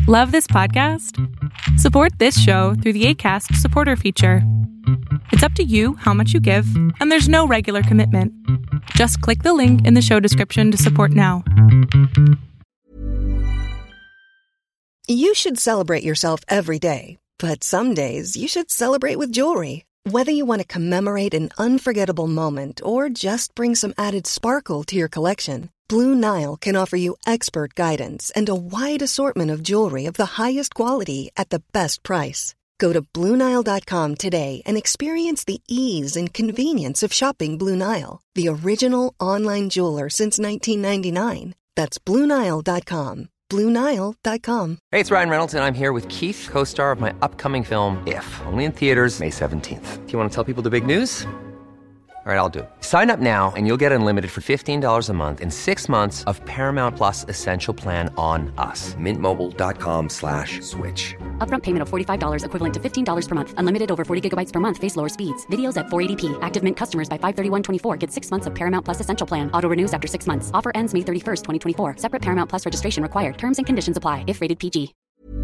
Love this podcast? Support this show through the Acast supporter feature. It's up to you how much you give, and there's no regular commitment. Just click the link in the show description to support now. You should celebrate yourself every day, but some days you should celebrate with jewelry. Whether you want to commemorate an unforgettable moment or just bring some added sparkle to your collection, Blue Nile can offer you expert guidance and a wide assortment of jewelry of the highest quality at the best price. Go to BlueNile.com today and experience the ease and convenience of shopping Blue Nile, the original online jeweler since 1999. That's BlueNile.com. BlueNile.com. Hey, it's Ryan Reynolds, and I'm here with Keith, co-star of my upcoming film, If, only in theaters May 17th. Do you want to tell people the big news? All right, I'll do it. Sign up now and you'll get unlimited for $15 a month and 6 months of Paramount Plus Essential Plan on us. MintMobile.com/switch. Upfront payment of $45 equivalent to $15 per month. Unlimited over 40 gigabytes per month. Face lower speeds. Videos at 480p. Active Mint customers by 531.24 get 6 months of Paramount Plus Essential Plan. Auto renews after 6 months. Offer ends May 31st, 2024. Separate Paramount Plus registration required. Terms and conditions apply if rated PG.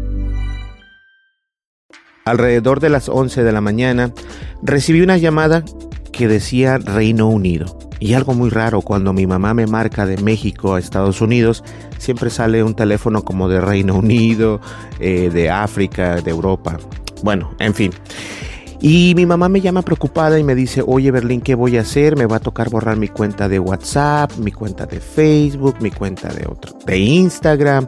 Alrededor de las 11 de la mañana, recibí una llamada que decía Reino Unido. Y algo muy raro, cuando mi mamá me marca de México a Estados Unidos, siempre sale un teléfono como de Reino Unido, de África, de Europa. Bueno, en fin. Y mi mamá me llama preocupada y me dice, oye Berlín, ¿qué voy a hacer? Me va a tocar borrar mi cuenta de WhatsApp, mi cuenta de Facebook, mi cuenta de Instagram.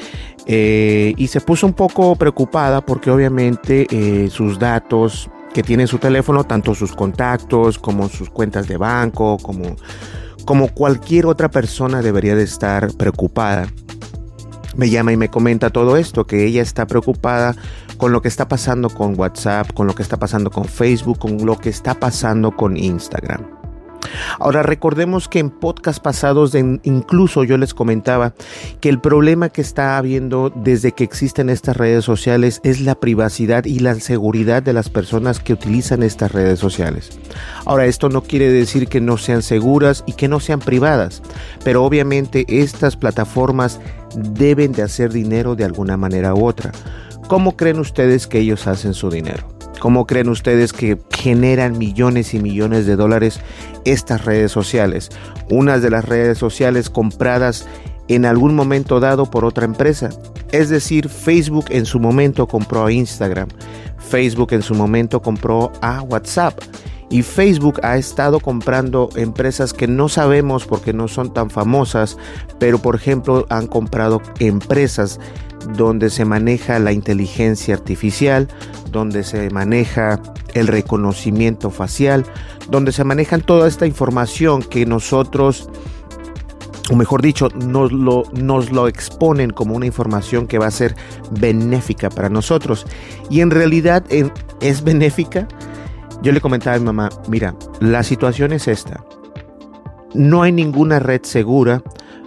Y se puso un poco preocupada porque obviamente sus datos que tiene en su teléfono, tanto sus contactos como sus cuentas de banco, como cualquier otra persona debería de estar preocupada. Me llama y me comenta todo esto, que ella está preocupada con lo que está pasando con WhatsApp, con lo que está pasando con Facebook, con lo que está pasando con Instagram. Ahora recordemos que en podcast pasados incluso yo les comentaba que el problema que está habiendo desde que existen estas redes sociales es la privacidad y la seguridad de las personas que utilizan estas redes sociales. Ahora, esto no quiere decir que no sean seguras y que no sean privadas, pero obviamente estas plataformas deben de hacer dinero de alguna manera u otra. ¿Cómo creen ustedes que ellos hacen su dinero? ¿Cómo creen ustedes que generan millones y millones de dólares estas redes sociales? Unas de las redes sociales compradas en algún momento dado por otra empresa. Es decir, Facebook en su momento compró a Instagram. Facebook en su momento compró a WhatsApp. Y Facebook ha estado comprando empresas que no sabemos porque no son tan famosas, pero por ejemplo han comprado empresas donde se maneja la inteligencia artificial, donde se maneja el reconocimiento facial, donde se manejan toda esta información que nosotros, o mejor dicho, nos lo exponen como una información que va a ser benéfica para nosotros. Y en realidad es benéfica. Yo le comentaba a mi mamá, mira, la situación es esta. No hay ninguna red segura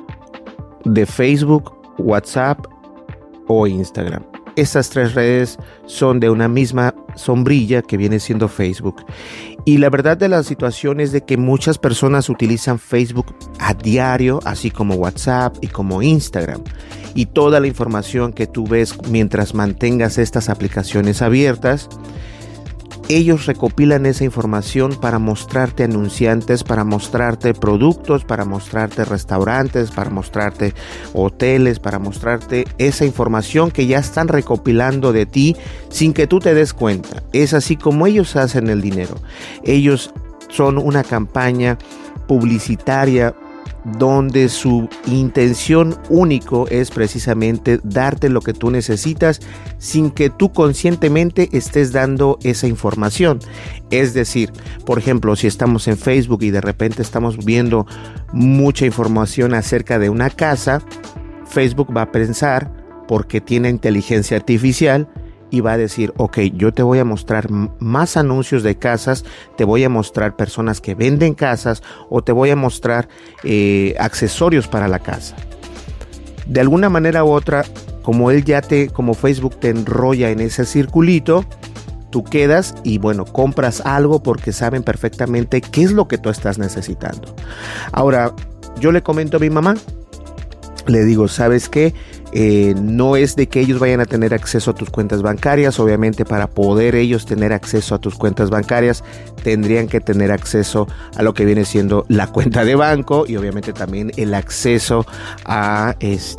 de Facebook, WhatsApp o Instagram. Estas tres redes son de una misma sombrilla que viene siendo Facebook. Y la verdad de la situación es de que muchas personas utilizan Facebook a diario, así como WhatsApp y como Instagram. Y toda la información que tú ves mientras mantengas estas aplicaciones abiertas, ellos recopilan esa información para mostrarte anunciantes, para mostrarte productos, para mostrarte restaurantes, para mostrarte hoteles, para mostrarte esa información que ya están recopilando de ti sin que tú te des cuenta. Es así como ellos hacen el dinero. Ellos son una campaña publicitaria donde su intención único es precisamente darte lo que tú necesitas sin que tú conscientemente estés dando esa información. Es decir, por ejemplo, si estamos en Facebook y de repente estamos viendo mucha información acerca de una casa, Facebook va a pensar, porque tiene inteligencia artificial, y va a decir, ok, yo te voy a mostrar más anuncios de casas, te voy a mostrar personas que venden casas o te voy a mostrar accesorios para la casa. De alguna manera u otra, como Facebook te enrolla en ese circulito, tú quedas y bueno, compras algo porque saben perfectamente qué es lo que tú estás necesitando. Ahora, yo le comento a mi mamá, le digo, ¿sabes qué? No es de que ellos vayan a tener acceso a tus cuentas bancarias. Obviamente, para poder ellos tener acceso a tus cuentas bancarias, tendrían que tener acceso a lo que viene siendo la cuenta de banco y obviamente también el acceso a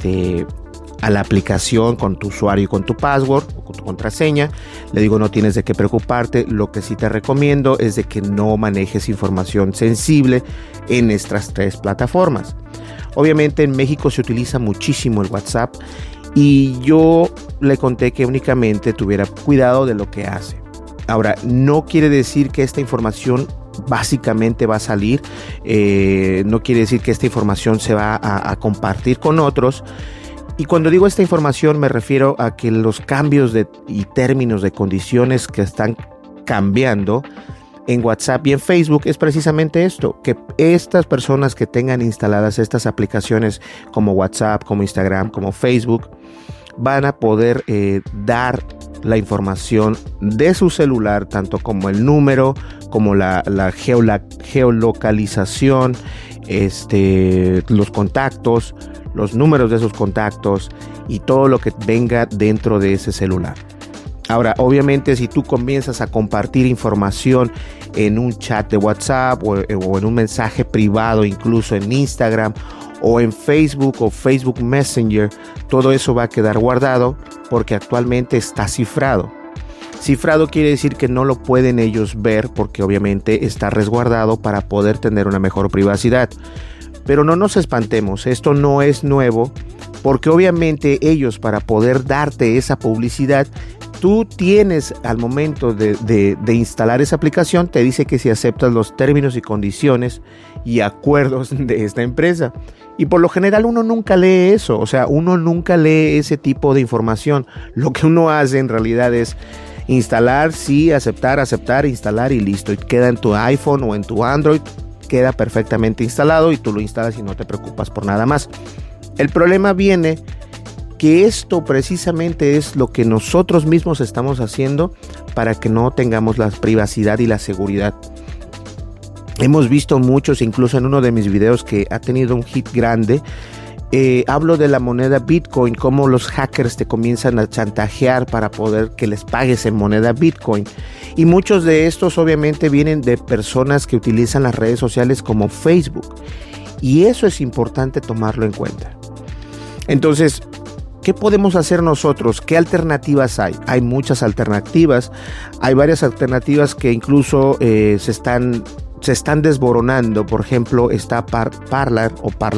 la aplicación con tu usuario y con tu password o con tu contraseña. Le digo, no tienes de qué preocuparte. Lo que sí te recomiendo es de que no manejes información sensible en estas 3 plataformas. Obviamente en México se utiliza muchísimo el WhatsApp y yo le conté que únicamente tuviera cuidado de lo que hace. Ahora, no quiere decir que esta información básicamente va a salir, no quiere decir que esta información se va a compartir con otros. Y cuando digo esta información me refiero a que los cambios y términos de condiciones que están cambiando en WhatsApp y en Facebook es precisamente esto, que estas personas que tengan instaladas estas aplicaciones como WhatsApp, como Instagram, como Facebook, van a poder dar la información de su celular, tanto como el número, como la geolocalización, los contactos, los números de esos contactos y todo lo que venga dentro de ese celular. Ahora, obviamente, si tú comienzas a compartir información en un chat de WhatsApp o en un mensaje privado, incluso en Instagram o en Facebook o Facebook Messenger, todo eso va a quedar guardado porque actualmente está cifrado. Cifrado quiere decir que no lo pueden ellos ver porque obviamente está resguardado para poder tener una mejor privacidad. Pero no nos espantemos, esto no es nuevo porque obviamente ellos, para poder darte esa publicidad, tú tienes al momento de instalar esa aplicación, te dice que si aceptas los términos y condiciones y acuerdos de esta empresa. Y por lo general uno nunca lee eso, o sea, uno nunca lee ese tipo de información. Lo que uno hace en realidad es instalar, sí, aceptar, instalar y listo. Y queda en tu iPhone o en tu Android, queda perfectamente instalado y tú lo instalas y no te preocupas por nada más. El problema viene que esto precisamente es lo que nosotros mismos estamos haciendo para que no tengamos la privacidad y la seguridad. Hemos visto muchos, incluso en uno de mis videos que ha tenido un hit grande, hablo de la moneda Bitcoin, cómo los hackers te comienzan a chantajear para poder que les pagues en moneda Bitcoin. Y muchos de estos obviamente vienen de personas que utilizan las redes sociales como Facebook. Y eso es importante tomarlo en cuenta. Entonces, ¿qué podemos hacer nosotros? ¿Qué alternativas hay? Hay muchas alternativas. Hay varias alternativas que incluso se están desboronando. Por ejemplo, está Parler.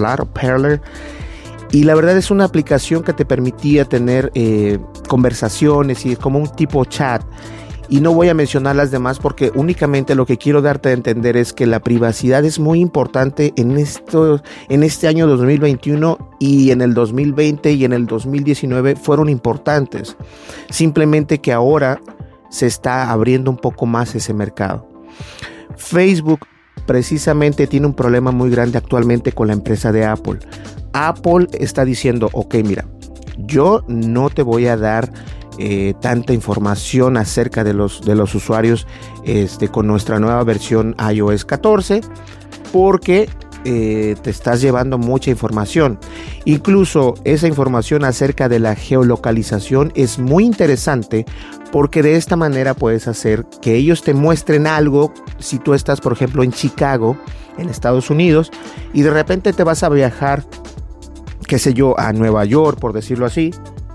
Y la verdad es una aplicación que te permitía tener conversaciones y es como un tipo chat. Y no voy a mencionar las demás porque únicamente lo que quiero darte a entender es que la privacidad es muy importante en este año 2021 y en el 2020 y en el 2019 fueron importantes. Simplemente que ahora se está abriendo un poco más ese mercado. Facebook precisamente tiene un problema muy grande actualmente con la empresa de Apple. Apple está diciendo, ok, mira, yo no te voy a dar tanta información acerca de los usuarios con nuestra nueva versión iOS 14 porque te estás llevando mucha información. Incluso esa información acerca de la geolocalización es muy interesante porque de esta manera puedes hacer que ellos te muestren algo si tú estás, por ejemplo, en Chicago, en Estados Unidos, y de repente te vas a viajar, qué sé yo, a Nueva York, por decirlo así.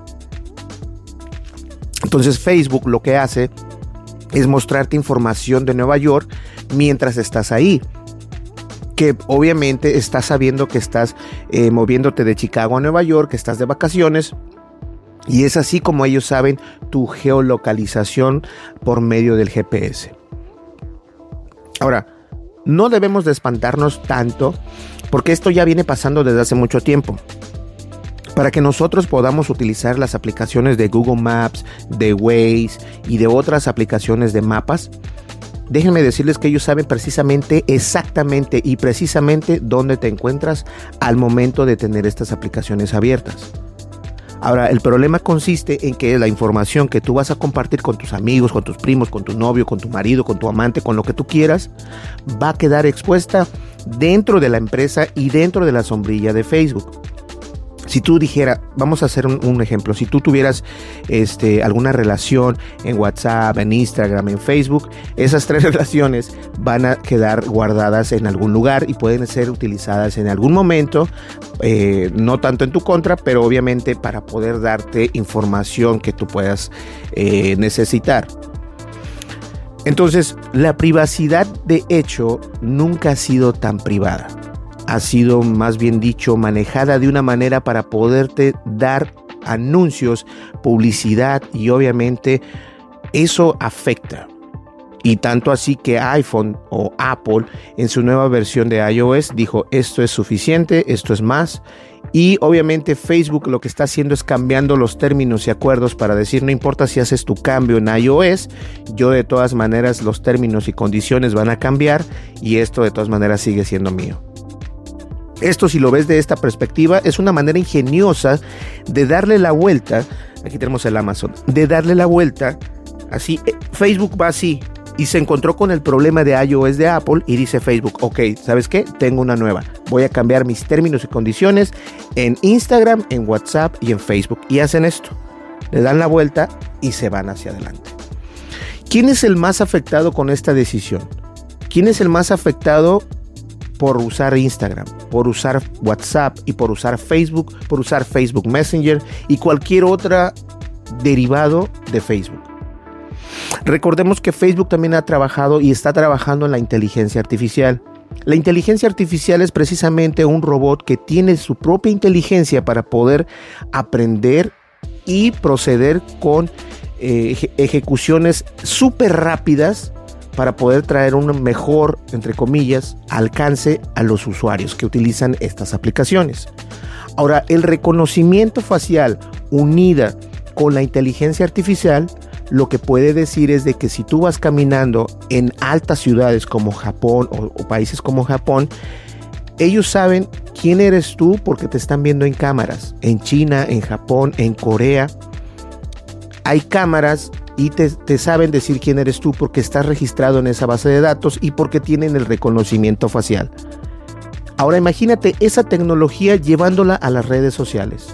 Entonces Facebook lo que hace es mostrarte información de Nueva York mientras estás ahí, que obviamente estás sabiendo que estás moviéndote de Chicago a Nueva York, que estás de vacaciones, y es así como ellos saben tu geolocalización por medio del GPS. Ahora, no debemos de espantarnos tanto porque esto ya viene pasando desde hace mucho tiempo. Para que nosotros podamos utilizar las aplicaciones de Google Maps, de Waze y de otras aplicaciones de mapas, déjenme decirles que ellos saben exactamente dónde te encuentras al momento de tener estas aplicaciones abiertas. Ahora, el problema consiste en que la información que tú vas a compartir con tus amigos, con tus primos, con tu novio, con tu marido, con tu amante, con lo que tú quieras, va a quedar expuesta dentro de la empresa y dentro de la sombrilla de Facebook. Si tú dijeras, vamos a hacer un ejemplo, si tú tuvieras alguna relación en WhatsApp, en Instagram, en Facebook, esas 3 relaciones van a quedar guardadas en algún lugar y pueden ser utilizadas en algún momento, no tanto en tu contra, pero obviamente para poder darte información que tú puedas necesitar. Entonces, la privacidad de hecho nunca ha sido tan privada. Ha sido, más bien dicho, manejada de una manera para poderte dar anuncios, publicidad, y obviamente eso afecta. Y tanto así que iPhone o Apple en su nueva versión de iOS dijo, esto es suficiente, esto es más. Y obviamente Facebook lo que está haciendo es cambiando los términos y acuerdos para decir, no importa si haces tu cambio en iOS, yo de todas maneras los términos y condiciones van a cambiar y esto de todas maneras sigue siendo mío. Esto, si lo ves de esta perspectiva, es una manera ingeniosa de darle la vuelta. Aquí tenemos el Amazon. De darle la vuelta. Así, Facebook va así. Y se encontró con el problema de iOS de Apple. Y dice Facebook, ok, ¿sabes qué? Tengo una nueva. Voy a cambiar mis términos y condiciones en Instagram, en WhatsApp y en Facebook. Y hacen esto. Le dan la vuelta y se van hacia adelante. ¿Quién es el más afectado con esta decisión? ¿Quién es el más afectado por usar Instagram, por usar WhatsApp y por usar Facebook Messenger y cualquier otra derivado de Facebook? Recordemos que Facebook también ha trabajado y está trabajando en la inteligencia artificial. La inteligencia artificial es precisamente un robot que tiene su propia inteligencia para poder aprender y proceder con ejecuciones súper rápidas para poder traer un mejor, entre comillas, alcance a los usuarios que utilizan estas aplicaciones. Ahora, el reconocimiento facial unida con la inteligencia artificial, lo que puede decir es de que si tú vas caminando en altas ciudades como Japón o países como Japón, ellos saben quién eres tú porque te están viendo en cámaras. En China, en Japón, en Corea, hay cámaras y te saben decir quién eres tú porque estás registrado en esa base de datos y porque tienen el reconocimiento facial. Ahora imagínate esa tecnología llevándola a las redes sociales.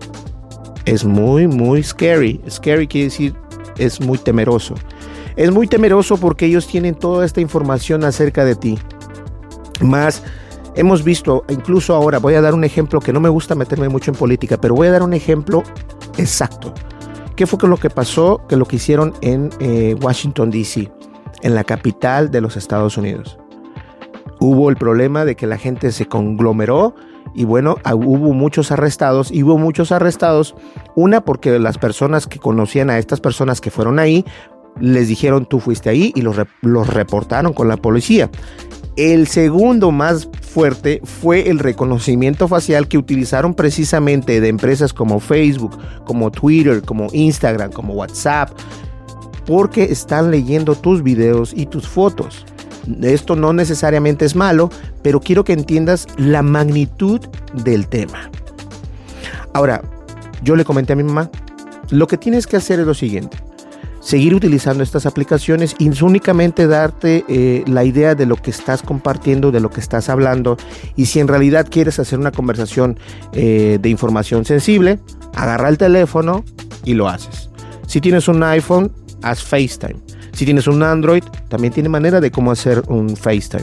Es muy scary. Scary quiere decir es muy temeroso. Es muy temeroso porque ellos tienen toda esta información acerca de ti. Más hemos visto, incluso ahora voy a dar un ejemplo que no me gusta meterme mucho en política, pero voy a dar un ejemplo exacto. ¿Qué fue lo que pasó? Que lo que hicieron en Washington, D.C., en la capital de los Estados Unidos. Hubo el problema de que la gente se conglomeró y bueno, hubo muchos arrestados. Y hubo muchos arrestados, una porque las personas que conocían a estas personas que fueron ahí, les dijeron tú fuiste ahí y los reportaron con la policía. El segundo más fuerte fue el reconocimiento facial que utilizaron precisamente de empresas como Facebook, como Twitter, como Instagram, como WhatsApp, porque están leyendo tus videos y tus fotos. Esto no necesariamente es malo, pero quiero que entiendas la magnitud del tema. Ahora, yo le comenté a mi mamá, lo que tienes que hacer es lo siguiente. Seguir utilizando estas aplicaciones y únicamente darte la idea de lo que estás compartiendo, de lo que estás hablando. Y si en realidad quieres hacer una conversación de información sensible, agarra el teléfono y lo haces. Si tienes un iPhone, haz FaceTime. Si tienes un Android, también tiene manera de cómo hacer un FaceTime.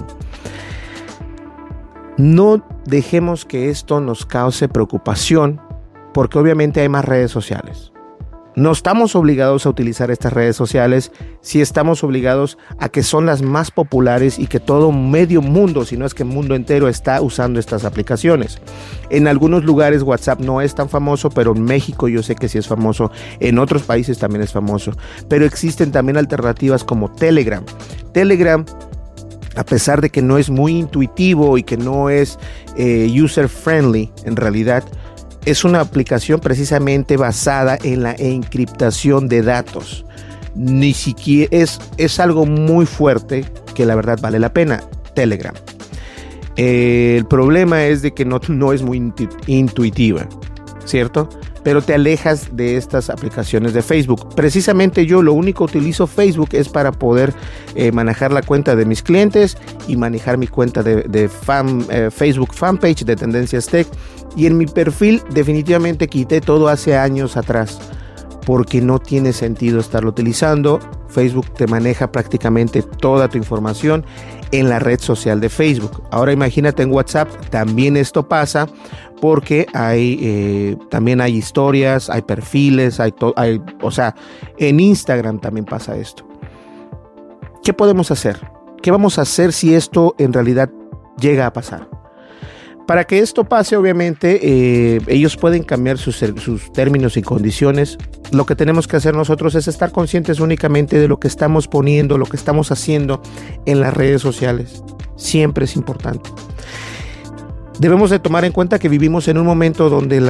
No dejemos que esto nos cause preocupación, porque obviamente hay más redes sociales. No estamos obligados a utilizar estas redes sociales, sí estamos obligados a que son las más populares y que todo medio mundo, si no es que el mundo entero, está usando estas aplicaciones. En algunos lugares WhatsApp no es tan famoso, pero en México yo sé que sí es famoso, en otros países también es famoso, pero existen también alternativas como Telegram. Telegram, a pesar de que no es muy intuitivo y que no es user friendly en realidad, es una aplicación precisamente basada en la encriptación de datos. Ni siquiera es algo muy fuerte que la verdad vale la pena. Telegram. El problema es de que no es muy intuitiva, ¿cierto? pero te alejas de estas aplicaciones de Facebook. Precisamente yo lo único que utilizo Facebook es para poder manejar la cuenta de mis clientes y manejar mi cuenta de Facebook fanpage de Tendencias Tech, y en mi perfil definitivamente quité todo hace años atrás, porque no tiene sentido estarlo utilizando. Facebook te maneja prácticamente toda tu información en la red social de Facebook. Ahora imagínate en WhatsApp, también esto pasa, porque también hay historias, hay perfiles, o sea, en Instagram también pasa esto. ¿Qué podemos hacer? ¿Qué vamos a hacer si esto en realidad llega a pasar? Para que esto pase, obviamente, ellos pueden cambiar sus términos y condiciones. Lo que tenemos que hacer nosotros es estar conscientes únicamente de lo que estamos poniendo, lo que estamos haciendo en las redes sociales. Siempre es importante. Debemos de tomar en cuenta que vivimos en un momento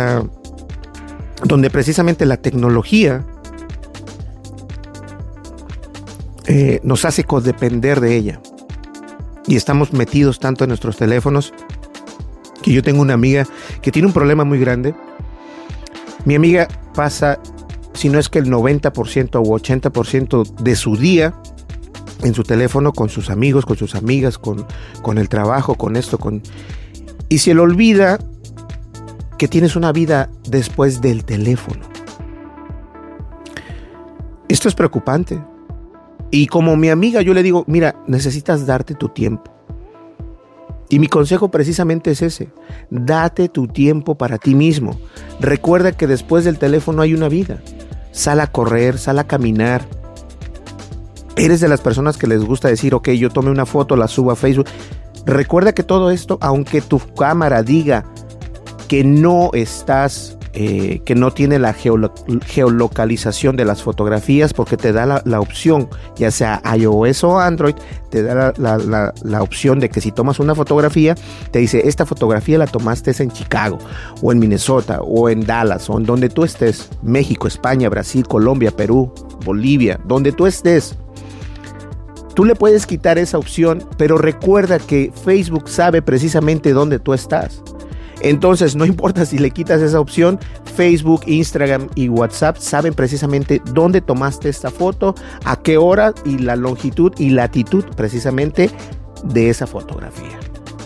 donde precisamente la tecnología nos hace codepender de ella. Y estamos metidos tanto en nuestros teléfonos, que yo tengo una amiga que tiene un problema muy grande. Mi amiga pasa, si no es que el 90% u 80% de su día en su teléfono, con sus amigos, con sus amigas, con el trabajo, con esto, y se le olvida que tienes una vida después del teléfono. Esto es preocupante. Y como mi amiga, yo le digo, mira, necesitas darte tu tiempo. Y mi consejo precisamente es ese: date tu tiempo para ti mismo. Recuerda que después del teléfono hay una vida. Sal a correr, sal a caminar. Eres de las personas que les gusta decir, ok, yo tomé una foto, la subo a Facebook. Recuerda que todo esto, aunque tu cámara diga que no estás, que no tiene la geolocalización de las fotografías, porque te da la opción, ya sea iOS o Android, te da la opción de que si tomas una fotografía, te dice, esta fotografía la tomaste en Chicago, o en Minnesota, o en Dallas, o en donde tú estés, México, España, Brasil, Colombia, Perú, Bolivia, donde tú estés. Tú le puedes quitar esa opción, pero recuerda que Facebook sabe precisamente dónde tú estás. Entonces, no importa si le quitas esa opción, Facebook, Instagram y WhatsApp saben precisamente dónde tomaste esta foto, a qué hora y la longitud y latitud precisamente de esa fotografía.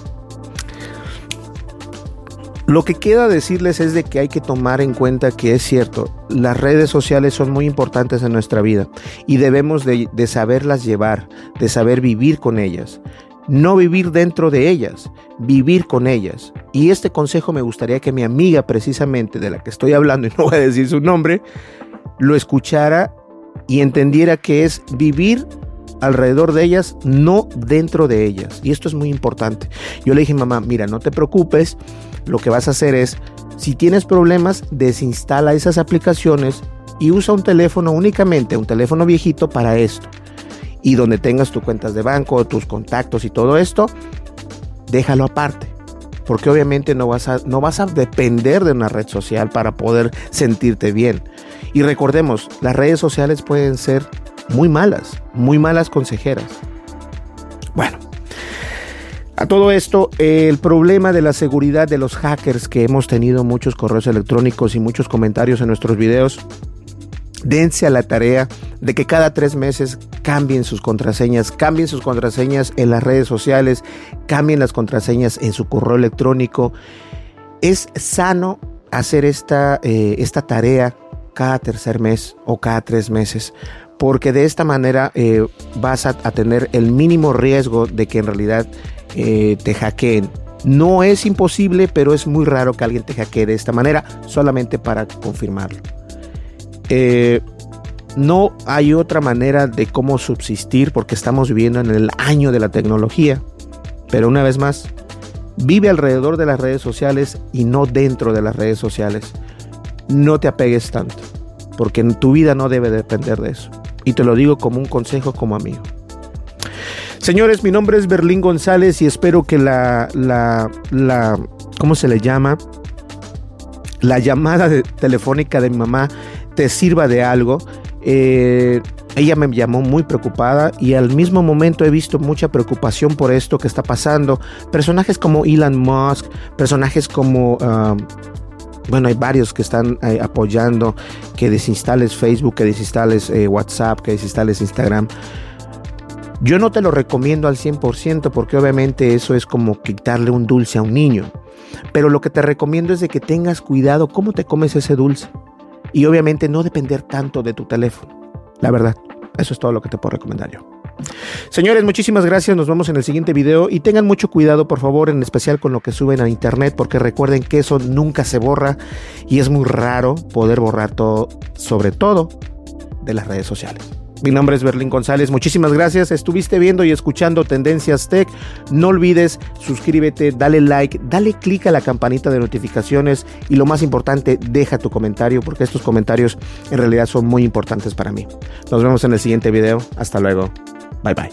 Lo que queda decirles es de que hay que tomar en cuenta que es cierto, las redes sociales son muy importantes en nuestra vida y debemos de saberlas llevar, de saber vivir con ellas. No vivir dentro de ellas, vivir con ellas. Y este consejo me gustaría que mi amiga precisamente de la que estoy hablando, y no voy a decir su nombre, lo escuchara y entendiera que es vivir alrededor de ellas, no dentro de ellas. Y esto es muy importante. Yo le dije, mamá, mira, no te preocupes, lo que vas a hacer es, si tienes problemas, desinstala esas aplicaciones y usa un teléfono únicamente, un teléfono viejito para esto. Y donde tengas tus cuentas de banco, tus contactos y todo esto, déjalo aparte, porque obviamente no vas a depender de una red social para poder sentirte bien. Y recordemos, las redes sociales pueden ser muy malas consejeras. Bueno, a todo esto, el problema de la seguridad de los hackers, que hemos tenido muchos correos electrónicos y muchos comentarios en nuestros videos, dense a la tarea de que cada 3 meses cambien sus contraseñas en las redes sociales, cambien las contraseñas en su correo electrónico. Es sano hacer esta tarea cada tercer mes o cada 3 meses, porque de esta manera vas a tener el mínimo riesgo de que en realidad te hackeen. No es imposible, pero es muy raro que alguien te hackee de esta manera, solamente para confirmarlo. No hay otra manera de cómo subsistir, porque estamos viviendo en el año de la tecnología. Pero una vez más, vive alrededor de las redes sociales y no dentro de las redes sociales. No te apegues tanto, porque en tu vida no debe depender de eso. Y te lo digo como un consejo, como amigo. Señores, mi nombre es Berlín González y espero que ¿cómo se le llama? La llamada telefónica de mi mamá te sirva de algo. Ella me llamó muy preocupada y al mismo momento he visto mucha preocupación por esto que está pasando. Personajes como Elon Musk, personajes como Bueno, hay varios que están apoyando que desinstales Facebook, que desinstales WhatsApp, que desinstales Instagram. Yo no te lo recomiendo al 100% porque obviamente eso es como quitarle un dulce a un niño. Pero lo que te recomiendo es de que tengas cuidado cómo te comes ese dulce. Y obviamente no depender tanto de tu teléfono. La verdad, eso es todo lo que te puedo recomendar yo. Señores, muchísimas gracias. Nos vemos en el siguiente video. Y tengan mucho cuidado, por favor, en especial con lo que suben a internet. Porque recuerden que eso nunca se borra. Y es muy raro poder borrar todo, sobre todo de las redes sociales. Mi nombre es Berlín González, muchísimas gracias. Estuviste viendo y escuchando Tendencias Tech. No olvides, suscríbete, dale like, dale click a la campanita de notificaciones y lo más importante, deja tu comentario porque estos comentarios en realidad son muy importantes para mí. Nos vemos en el siguiente video. Hasta luego. Bye bye.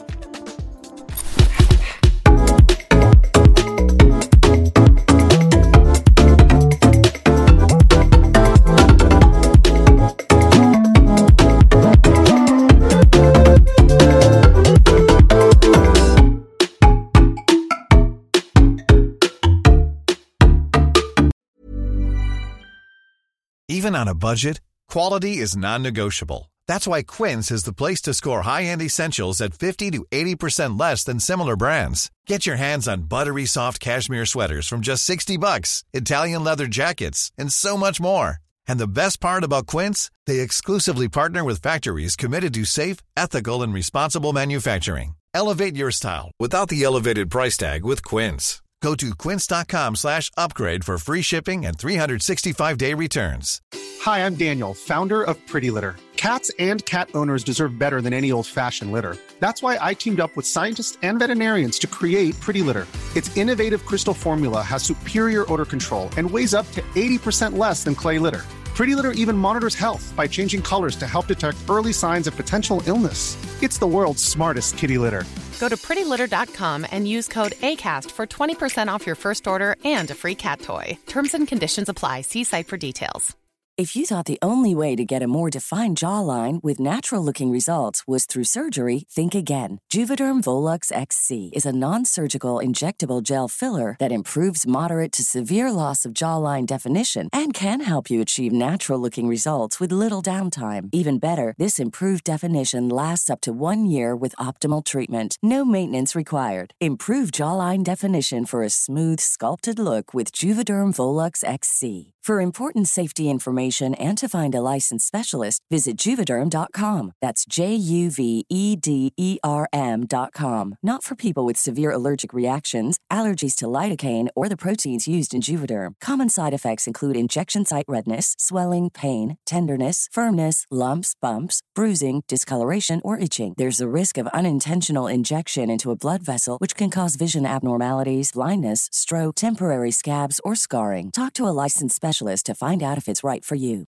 Even on a budget, quality is non-negotiable. That's why Quince is the place to score high-end essentials at 50 to 80% less than similar brands. Get your hands on buttery soft cashmere sweaters from just $60, Italian leather jackets, and so much more. And the best part about Quince, they exclusively partner with factories committed to safe, ethical, and responsible manufacturing. Elevate your style without the elevated price tag with Quince. Go to quince.com/upgrade for free shipping and 365-day returns. Hi, I'm Daniel, founder of Pretty Litter. Cats and cat owners deserve better than any old-fashioned litter. That's why I teamed up with scientists and veterinarians to create Pretty Litter. Its innovative crystal formula has superior odor control and weighs up to 80% less than clay litter. Pretty Litter even monitors health by changing colors to help detect early signs of potential illness. It's the world's smartest kitty litter. Go to prettylitter.com and use code ACAST for 20% off your first order and a free cat toy. Terms and conditions apply. See site for details. If you thought the only way to get a more defined jawline with natural-looking results was through surgery, think again. Juvederm Volux XC is a non-surgical injectable gel filler that improves moderate to severe loss of jawline definition and can help you achieve natural-looking results with little downtime. Even better, this improved definition lasts up to 1 year with optimal treatment. No maintenance required. Improve jawline definition for a smooth, sculpted look with Juvederm Volux XC. For important safety information and to find a licensed specialist, visit Juvederm.com. That's JUVEDERM.com. Not for people with severe allergic reactions, allergies to lidocaine, or the proteins used in Juvederm. Common side effects include injection site redness, swelling, pain, tenderness, firmness, lumps, bumps, bruising, discoloration, or itching. There's a risk of unintentional injection into a blood vessel, which can cause vision abnormalities, blindness, stroke, temporary scabs, or scarring. Talk to a licensed specialist to find out if it's right for you.